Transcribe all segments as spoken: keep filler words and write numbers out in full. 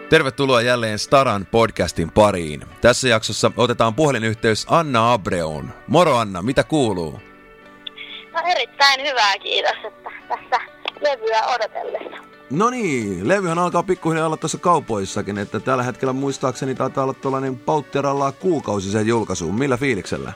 Tervetuloa jälleen Staran podcastin pariin. Tässä jaksossa otetaan puhelinyhteys Anna Abreoon. Moro Anna, mitä kuuluu? No erittäin hyvää, kiitos, että tässä levyä odotellessa. No niin, levyhän alkaa pikkuhiljaa olla tuossa kaupoissakin, että tällä hetkellä muistaakseni taitaa olla tuollainen pautteralla kuukausi sen julkaisuun. Millä fiiliksellä?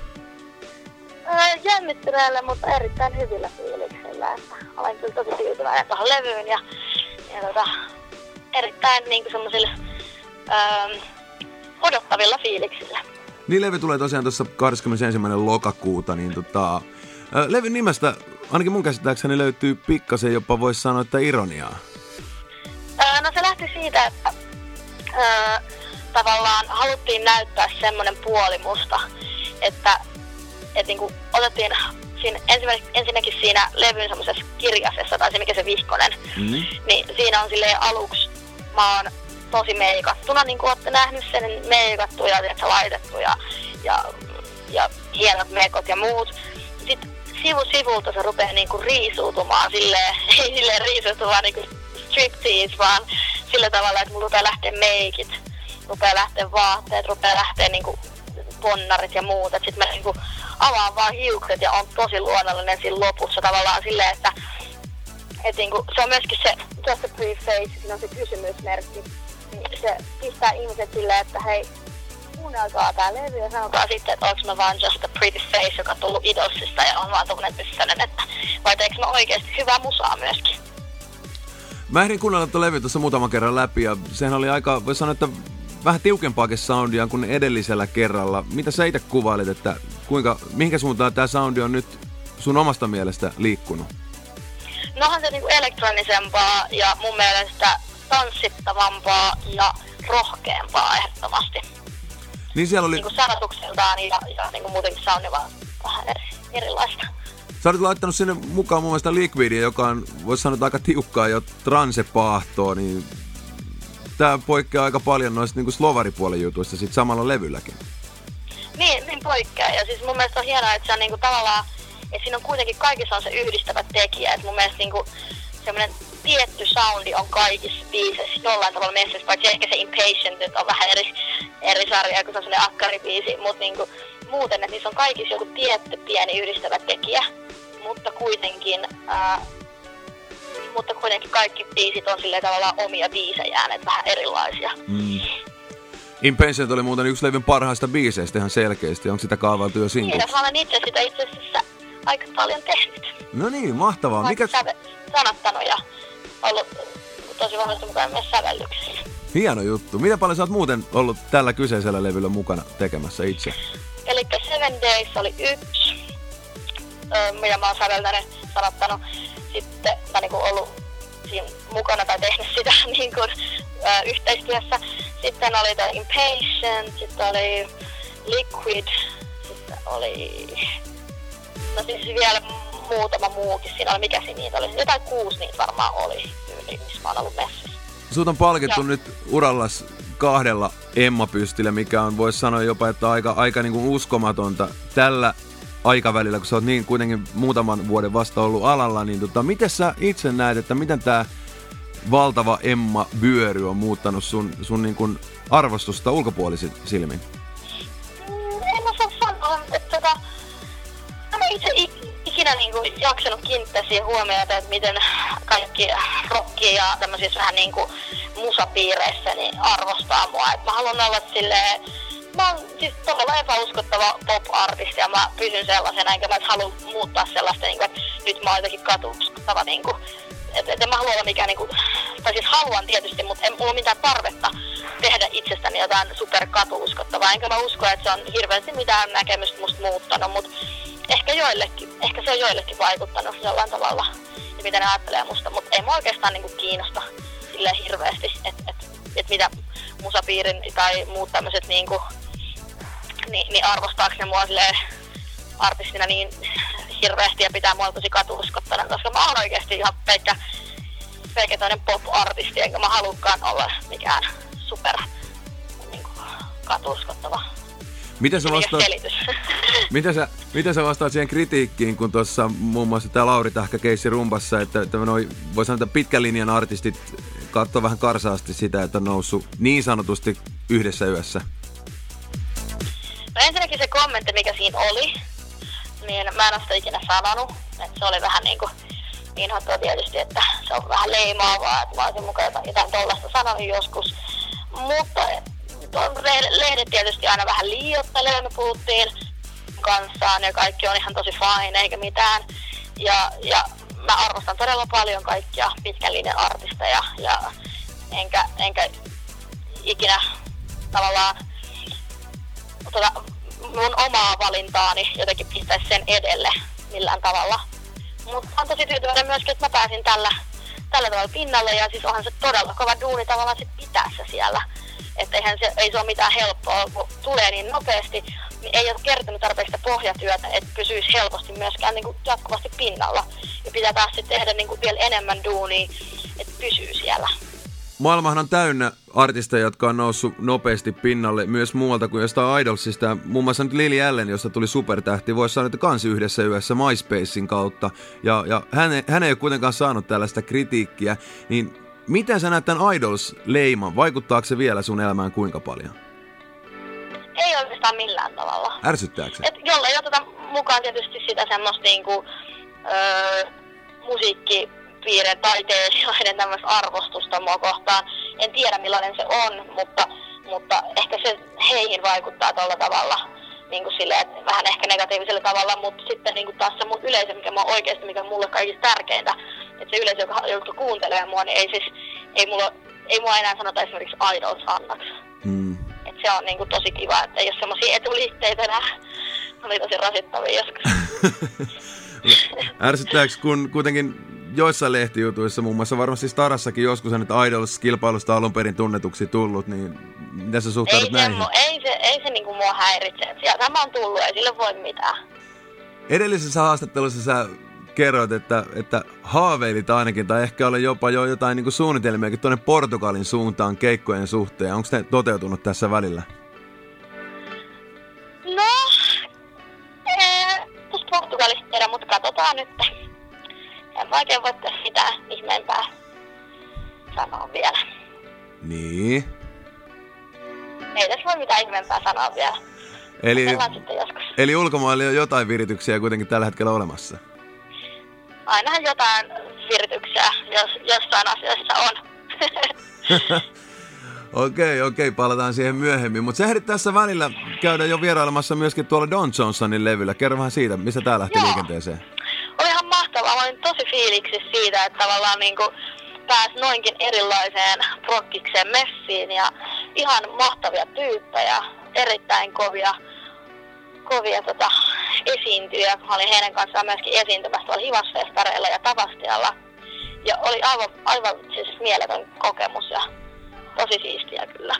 Öö, jännittyneellä, mutta erittäin hyvillä fiiliksellä, että olen kyllä tosi tyytyväinen tuohon levyyn ja, ja tota, erittäin niin kuin semmoisilla öö, odottavilla fiiliksillä. Niin, levy tulee tosiaan tuossa kahdeskymmenesensimmäinen lokakuuta, niin tota, levyn nimestä ainakin mun käsittääkseni löytyy pikkasen jopa voisi sanoa, että ironiaa. Öö, no se lähti siitä, että öö, tavallaan haluttiin näyttää semmoinen puoli musta, että et niinku otettiin siinä ensinnäkin siinä levyn semmoisessa kirjasessa, tai se mikä se vihkonen, mm-hmm. niin siinä on silleen aluksi, mä oon tosi meikattuna, niin kuin ootte nähnyt sen, meikattu ja tiedätkö, laitettu ja, ja, ja hienot mekot ja muut. Sitten sivu sivulta se rupeaa niinku riisuutumaan silleen, ei silleen riisuutumaan niinku striptease, vaan sillä tavalla, että mulla rupeaa lähteä meikit, rupeaa lähteä vaatteet, rupeaa lähteä niinku ponnarit ja muut. Sitten mä niinku avaan vaan hiukset ja on tosi luonnollinen siinä lopussa tavallaan silleen, että et niinku, se on myöskin se just a pretty face, siinä on se kysymysmerkki. Se pistää ihmiset silleen, että hei, kuunnelkaa tää levy ja sanokaa sitten, että onko mä vaan just a pretty face, joka on tullut Idolsista ja on vaan tommonen pyssänen, että vai teekö mä oikeesti hyvää musaa myöskin. Mä ehdin kuunnella tuon levy tuossa muutaman kerran läpi ja sehän oli aika, voi sanoa, että vähän tiukempaakin soundia kuin edellisellä kerralla. Mitä sä itse kuvailit, että kuinka, mihinkä suuntaan tää soundi on nyt sun omasta mielestä liikkunut? No onhan se niinku elektronisempaa ja mun mielestä tanssittavampaa ja rohkeampaa ehdottomasti. Niin siellä oli niinku sanotukseltaan ja, ja niinku muutenkin soundi vaan vähän eri, erilaista. Sä olet laittanut sinne mukaan mun mielestä Liquidia, joka on, voisi sanoa, aika tiukkaa jo transepaahtoa, niin tää poikkeaa aika paljon noista niinku slovaripuolen jutuista sit samalla levylläkin. Niin, niin poikkeaa. Ja siis mun mielestä on hienoa, että se on niinku tavallaan, että siinä on kuitenkin kaikissa on se yhdistävä tekijä. Et mun mielestä niinku semmoinen tietty soundi on kaikissa biiseissä jollain tavalla messissä, paitsi ehkä se Impatient on vähän eri, eri sarja, kun se on semmoinen akkaribiisi, mutta niinku muuten, että niissä on kaikissa joku tietty pieni yhdistävä tekijä, mutta kuitenkin, ää, mutta kuitenkin kaikki biisit on silleen tavallaan omia biisejään, että vähän erilaisia. Mm. Impatient oli muuten yksi levyn parhaista biiseistä ihan selkeästi. Onko sitä kaavailtu jo sinkuksi? Niin, mä olen itse sitä itse asiassa aika paljon tehnyt. No niin, mahtavaa. Mä Mikä... säve- sanottanut ja ollut tosi vahvasti mukana myös sävellyksessä. Hieno juttu. Mitä paljon sä oot muuten ollut tällä kyseisellä levyllä mukana tekemässä itse? Elikkä Seven Days oli yksi, mitä mä oon säveltänyt, sanottanut. Sitten mä niinku ollut siinä mukana tai tehnyt sitä niin kuin, ö, yhteistyössä. Sitten oli The Impatient, sitten oli Liquid, sitten oli, no siis vielä muutama muukin. Siinä oli, mikä siinä niitä oli, jotain kuusi niitä varmaan oli yli, missä mä oon ollut messissä. Sut on palkittu Joo. nyt urallas kahdella Emma-pystillä, mikä on, voisi sanoa jopa, että aika, aika niin kuin uskomatonta tällä aikavälillä, kun sä oot niin kuitenkin muutaman vuoden vasta ollut alalla, niin tota, miten sä itse näet, että miten tää valtava Emma-vyöry on muuttanut sun, sun niin kuin arvostusta ulkopuolisin silmin? Mm, en osaa sanoa, että tota, mä itse ikinä niin kuin jaksanut kiinnittää siihen huomiota, että miten kaikki rockia ja tämmöisissä vähän niin kuin musapiireissä niin arvostaa mua. Et mä haluan olla silleen, mä oon siis todella epäuskottava pop-artisti ja mä pysyn sellaisena, enkä mä halua muuttaa sellaista, niin kuin, että nyt mä oon jotenkin katuuskottava. Niin että et en mä halua olla mikään, niin kuin, tai siis haluan tietysti, mutta en mulla ole mitään tarvetta tehdä itsestäni jotain superkatuuskottavaa. Enkä mä usko, että se on hirveästi mitään näkemystä musta muuttanut, mutta ehkä joillekin, ehkä se on joillekin vaikuttanut jollain tavalla, ja mitä ne ajattelee musta, mutta ei mua oikeastaan niin kuin kiinnosta silleen hirveästi, että et, et mitä musapiirin tai muut tämmöiset niin kuin, niin, niin arvostaako ne mua silleen artistina niin hirveästi ja pitää mua tosi katuuskottana, koska mä oon oikeasti ihan pelkkä, pelkkä toinen pop-artisti, enkä mä halukkaan olla mikään super niin kuin, katuuskottava. Miten sä vastaat, miten sä, miten sä vastaat siihen kritiikkiin, kun tuossa muun muassa tämä Lauri Tähkä-keissi rumpassa, että, että noi, voi sanoa, että pitkän linjan artistit katsoo vähän karsaasti sitä, että on noussut niin sanotusti yhdessä yössä? No ensinnäkin se kommentti, mikä siinä oli, niin mä en ole sitä ikinä sanonut. Että se oli vähän niin kuin inhottua tietysti, että se on vähän leimaavaa, että mä olisin mukaan jotain tollaista sanonut joskus. Mutta lehdet tietysti aina vähän liioittelee, me puhuttiin kanssaan ja kaikki on ihan tosi fine eikä mitään. Ja, ja mä arvostan todella paljon kaikkia pitkän linjan artisteja ja enkä, enkä ikinä tavallaan tota, mun omaa valintaani jotenkin pistäisi sen edelle millään tavalla. Mutta on tosi tyytyväinen myöskin, että mä pääsin tällä, tällä tavalla pinnalle ja siis onhan se todella kova duuni tavallaan sit pitää se siellä. Että eihän se, ei se ole mitään helppoa, kun tulee niin nopeasti, niin ei ole kertynyt tarpeeksi pohjatyötä, että pysyisi helposti myöskään niin kuin jatkuvasti pinnalla. Ja pitää taas sitten tehdä niin kuin vielä enemmän duunia, että pysyy siellä. Maailmahan on täynnä artisteja, jotka on noussut nopeasti pinnalle myös muualta kuin jostain Idolsista. Muun muassa nyt Lily Allen, josta tuli supertähti, voisi sanoa, että kans yhdessä yössä MySpacein kautta. Ja, ja hän, hän ei ole kuitenkaan saanut tällaista kritiikkiä. Niin miten sä näet tämän Idols-leiman? Vaikuttaako se vielä sun elämään kuinka paljon? Ei oikeastaan millään tavalla. Ärsyttääkö se? Et jollei oteta mukaan tietysti sitä semmoista niinku, öö, musiikki... piirre taiteilijoiden tämmöistä arvostusta mua kohtaan. En tiedä millainen se on, mutta, mutta ehkä se heihin vaikuttaa tuolla tavalla, niin kuin silleen, että vähän ehkä negatiivisella tavalla, mutta sitten niin kuin taas se mun yleisö, mikä mä oikeasti, mikä on mulle kaikista tärkeintä, että se yleisö, joka, joka kuuntelee mua, niin ei siis, ei mulla, ei mua enää sanota esimerkiksi Idols-Annaksi. Mm. Että se on niin kuin tosi kiva, että ei ole semmosia etuliitteitä enää. Oli tosi rasittavia joskus. Ärsyttääkö, kun kuitenkin joissain lehtijutuissa, muun muassa varmasti Starassakin joskus on, että Idols-kilpailusta alun perin tunnetuksi tullut, niin miten sä suhtaudut ei näihin? Se, ei se, ei se niinku mua häiritse. Sieltä mä oon tullut, ei sille voi mitään. Edellisessä haastattelussa sä kerroit, että, että haaveilit ainakin, tai ehkä oli jopa jo jotain niin kuin suunnitelmiakin tuonne Portugalin suuntaan keikkojen suhteen. Onko ne toteutunut tässä välillä? No, ee, tuossa Portugalista tiedä, mutta katsotaan nyt. En oikein voi tehdä mitään ihmeempää sanoa vielä. Niin. Ei tässä voi mitään ihmeempää sanoa vielä. Eli, eli ulkomailla on jotain virityksiä kuitenkin tällä hetkellä olemassa? Ainahan jotain virityksiä jos, jossain asiassa on. Okei, okei, palataan siihen myöhemmin. Mutta sä ehdit tässä välillä käydä jo vierailemassa myöskin tuolla Don Johnsonin levyllä. Kerro vähän siitä, missä tää lähti Joo. liikenteeseen. Oli ihan mahtavaa. Mä olin tosi fiiliksissä siitä, että tavallaan niinku pääsi noinkin erilaiseen rockikseen messiin ja ihan mahtavia tyyppejä, erittäin kovia, kovia tota, esiintyjä. Mä olin heidän kanssaan myöskin esiintymässä tuolla Hivasfestareilla ja Tavastialla. Ja oli aivan, aivan siis mieletön kokemus ja tosi siistiä kyllä.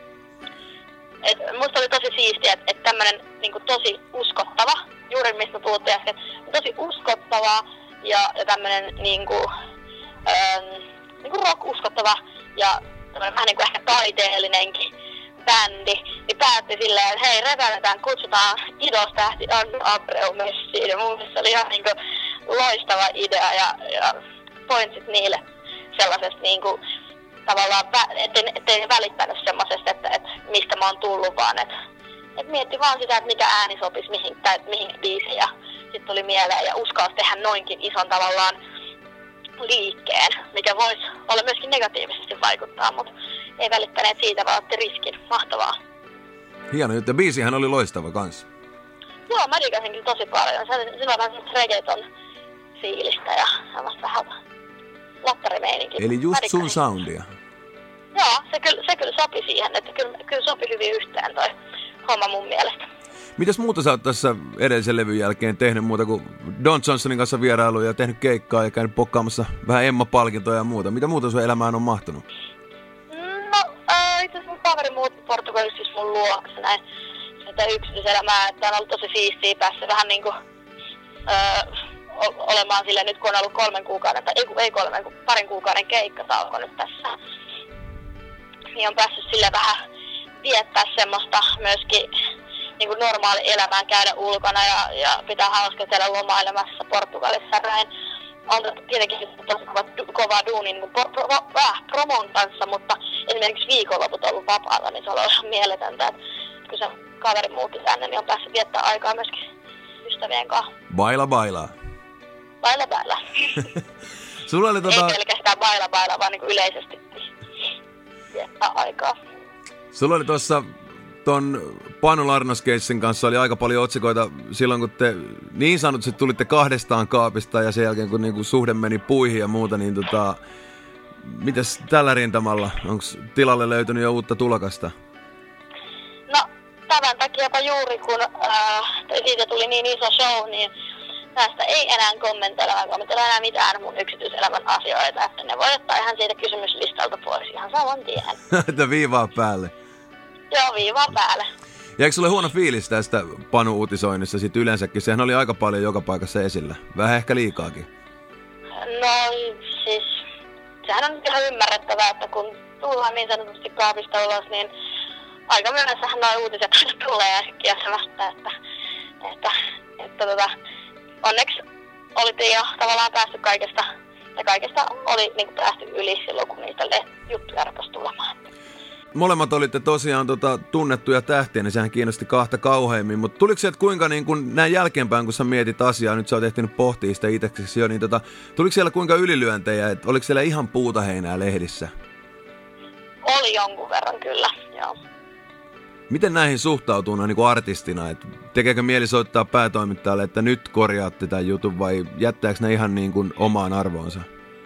Et musta oli tosi siistiä, että et tämmönen niinku tosi uskottava, juuri mistä puhuttiin äsken, tosi uskottava ja, ja tämmönen niinku, ähm, niinku rock-uskottava ja tämmönen vähän niinku ehkä taiteellinenkin bändi, niin päätti silleen, että hei, reväytetään, kutsutaan Idols-tähti Annu Abreu messiin. Ja mun mielestä oli ihan niinku loistava idea ja, ja pointsit niille sellaisesta niinku tavallaan, ettei, ettei välittänyt semmoisesta, että, että mistä mä oon tullut, vaan että, että mietti vaan sitä, että mikä ääni sopisi mihin, tai mihin biisiin ja sitten tuli mieleen ja uskalsi tehdä noinkin ison tavallaan liikkeen, mikä voisi olla myöskin negatiivisesti vaikuttaa, mutta ei välittäneet siitä, vaan otti riskin. Mahtavaa. Hieno juttu. Biisihän oli loistava kans. Joo, mä digasin kyllä tosi paljon. Se on vähän semmoista reggaeton fiilistä ja semmoista vähän lattarimeininkiä. Eli just sun soundia. Joo, se kyllä, se kyllä sopi siihen, että kyllä, kyllä sopi hyvin yhteen toi homma mun mielestä. Mitäs muuta sä oot tässä edellisen levyn jälkeen tehnyt muuta kuin Don Johnsonin kanssa vierailuja ja tehnyt keikkaa ja käynyt pokkaamassa vähän Emma-palkintoja ja muuta? Mitä muuta sun elämään on mahtunut? No, äh, itse asiassa mun kaveri muutti Portugalissa siis mun luokse näin sitä yksityiselämää, että on ollut tosi siistiä päässä vähän niinku äh, olemaan sillä nyt kun on ollut kolmen kuukauden, tai ei, ei kolmen, kun parin kuukauden keikkatauko nyt tässä. Niin on päässyt sillä vähän viettää semmoista myöskin niin kuin normaali elämään, käydä ulkona ja, ja pitää hauska siellä lomailemassa Portugalissa näin. On tietenkin tosi kova, kova duuni niin pro, pro, äh, promon kanssa, mutta esimerkiksi viikonloput on ollut vapaata, niin se on ihan mieletöntä, että kun se kaveri muutti tänne, niin on päässyt viettää aikaa myöskin ystävien kanssa. Baila baila. Baila baila. Sulla oli tota... Ei pelkästään baila baila, vaan niin kuin yleisesti viettää aikaa. Sulla oli tuossa ton Panu Larnos-keissin kanssa oli aika paljon otsikoita silloin, kun te niin sanotusti tulitte kahdestaan kaapista ja sen jälkeen, kun niinku suhde meni puihin ja muuta, niin tota, mites tällä rintamalla? Onko tilalle löytynyt jo uutta tulokasta? No, tämän takiapa juuri, kun äh, siitä tuli niin iso show, niin näistä ei enää kommentoida, kommentoida enää mitään mun yksityiselämän asioita, että ne voi ottaa ihan siitä kysymyslistalta pois ihan saman tien. Että viivaa päälle. Joo, viivaa päälle. Ja eikö sulle huono fiilis tästä Panu-uutisoinnissa sit yleensäkin? Sehän oli aika paljon joka paikassa esillä. Vähän ehkä liikaakin. No siis, sehän on ihan ymmärrettävää, että kun tullaan niin sanotusti kaapista ulos, niin aika myöhässähän nuo uutiset tulee kieltämättä, että, että, että tota, onneksi olitte jo tavallaan päästy kaikesta, ja kaikesta oli niin kuin päästy yli silloin, kun niitä juttuja rupesi tulemaan. Molemmat olitte tosiaan tota, tunnettuja tähtiä, niin sehän kiinnosti kahta kauheimmin, mutta tuliko sieltä kuinka niin kun näin jälkeenpäin, kun sä mietit asiaa, nyt sä oot ehtinyt pohtia sitä itseksesi jo, niin tota, tuliko siellä kuinka ylilyöntejä, että oliko siellä ihan puutaheinää lehdissä? Oli jonkun verran kyllä, joo. Miten näihin suhtautuu noin niin kuin artistina, että tekeekö mieli soittaa päätoimittajalle, että nyt korjaatte tämän jutun vai jättääkö ne ihan niin kuin omaan arvoonsa?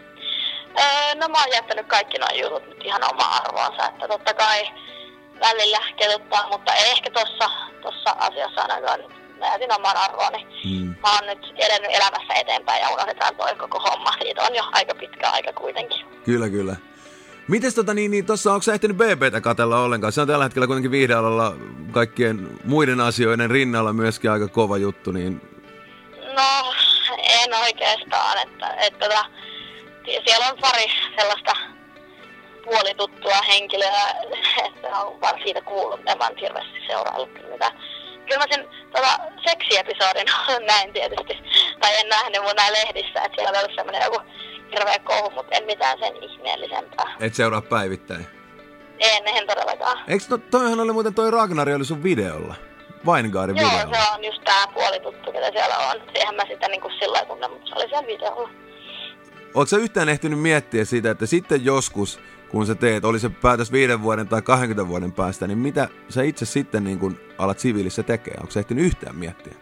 No mä oon jättänyt kaikki nuo jutut nyt ihan omaan arvoonsa, että totta kai välillä ketuttaa, mutta ei ehkä tossa, tossa asiassa ainakaan mä jätin omaan arvooni. Hmm. Mä oon nyt edennyt elämässä eteenpäin ja unohdetaan toi koko homma, siitä on jo aika pitkä aika kuitenkin. Kyllä, kyllä. Mites tota niin, niin tossa, onko sä ehtinyt B B:tä katsella ollenkaan? Se on tällä hetkellä kuitenkin viihdealalla kaikkien muiden asioiden rinnalla myöskin aika kova juttu, niin... No, en oikeastaan, että, että, että siellä on pari sellaista puolituttua henkilöä, että on vaan siitä kuullut, en vaan hirveästi seuraillut mitä. Kyllä mä sen tota, seksiepisodin näin tietysti, tai en nähnyt mun näin lehdissä, että siellä on ollut semmoinen joku hirveä kohu, mutta en mitään sen ihmeellisempää. Et seuraa päivittäin? En, en todellakaan. Eikö no, toihan oli muuten toi Ragnari oli sun videolla? Vaingaardin videolla? Joo, se on just tää puolituttu, mitä siellä on. Siihen mä sitä niinku sillä tunne, mutta se oli siellä videolla. Oletko sä yhtään ehtinyt miettiä sitä, että sitten joskus, kun sä teet, oli se päätös viiden vuoden tai kahdenkymmenen vuoden päästä, niin mitä sä itse sitten niin kun alat siviilissä tekee? Onko sä ehtinyt yhtään miettiä?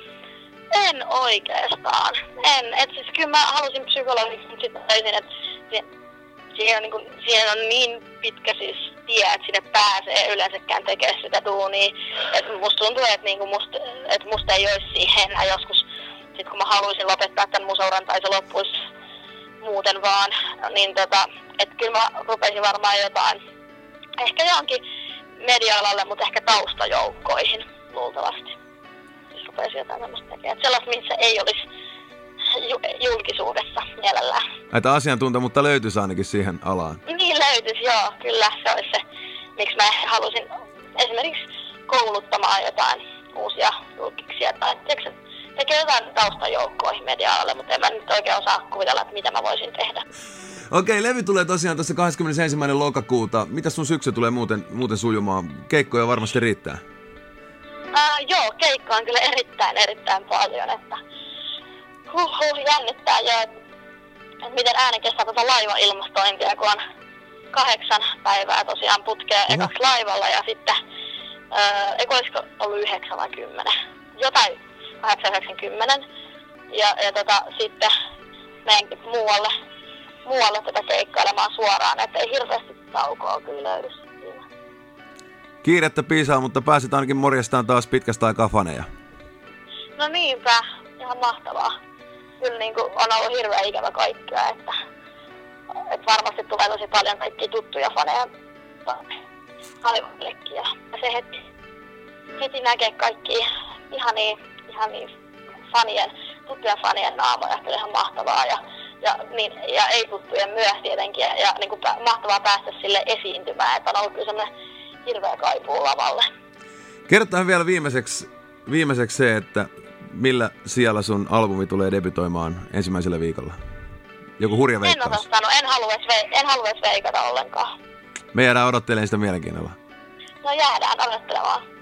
En oikeastaan. En. Et siis kyllä mä halusin psykologiksi, mutta sitten löysin, että se, siihen, on niin kuin, siihen on niin pitkä siis tie, että sinne pääsee yleensäkään tekemään sitä duunia. Että musta tuntuu, että niinku musta, et musta ei olisi siihen enää joskus, sit kun mä haluaisin lopettaa tämän musauran tai se loppuisi muuten vaan, niin tota, että kyllä mä rupesin varmaan jotain, ehkä johonkin media-alalle, mutta ehkä taustajoukkoihin luultavasti. Siis rupesin jotain tämmöistä tekemään. Että sellaista, missä ei olisi ju- julkisuudessa mielellään. Että asiantuntemuutta löytyisi ainakin siihen alaan. Niin löytyisi, joo. Kyllä se olisi se, miksi mä ehkä halusin esimerkiksi kouluttamaan jotain uusia julkiksia tai tiedätkö, tekee jotain taustajoukkoihin media-alalle, mutta en mä nyt oikein osaa kuvitella, että mitä mä voisin tehdä. Okei, levy tulee tosiaan tuossa kahdeskymmenesensimmäinen lokakuuta. Mitä sun syksy tulee muuten, muuten sujumaan? Keikkoja varmasti riittää? Uh, joo, keikka on kyllä erittäin, erittäin paljon, että huh, huh, jännittää jo, että miten ääni kestää tuota laivailmastointia, kun on kahdeksan päivää tosiaan putkea uh-huh. ekaksi laivalla ja sitten, uh, eikö olisiko ollut yhdeksän vai kymmenen? Jotain kahdeksan, yhdeksän, kymmenen. Ja, ja tota, sitten menenkin muualle, muualle tätä keikkailemaan suoraan, että ei hirveästi taukoa kyllä löydy siinä. Kiirettä piisaa, mutta pääsit ainakin morjestaan taas pitkästä aikaa faneja. No niinpä, ihan mahtavaa. Kyllä niin kuin on ollut hirveän ikävä kaikkea, että, että varmasti tulee tosi paljon kaikkia tuttuja faneja Hollywoodillekin. Ja se heti, heti näkee kaikki ihania, ihania fanien, tuttuja fanien naamoja, kyllä ihan mahtavaa. Ja, ja, niin, ja ei tuttujen myös tietenkin, ja, ja niin kuin mahtavaa päästä sille esiintymään, että on ollut kyllä semmoinen hirveä kaipuu lavalle. Kerrotaan vielä viimeiseksi, viimeiseksi se, että millä sijalla sun albumi tulee debytoimaan ensimmäisellä viikolla? Joku hurja veikkaus. En osaa sanoa, en halua edes, en halua edes veikata ollenkaan. Me jäädään odottelemaan sitä mielenkiinnolla. No jäädään odottelemaan.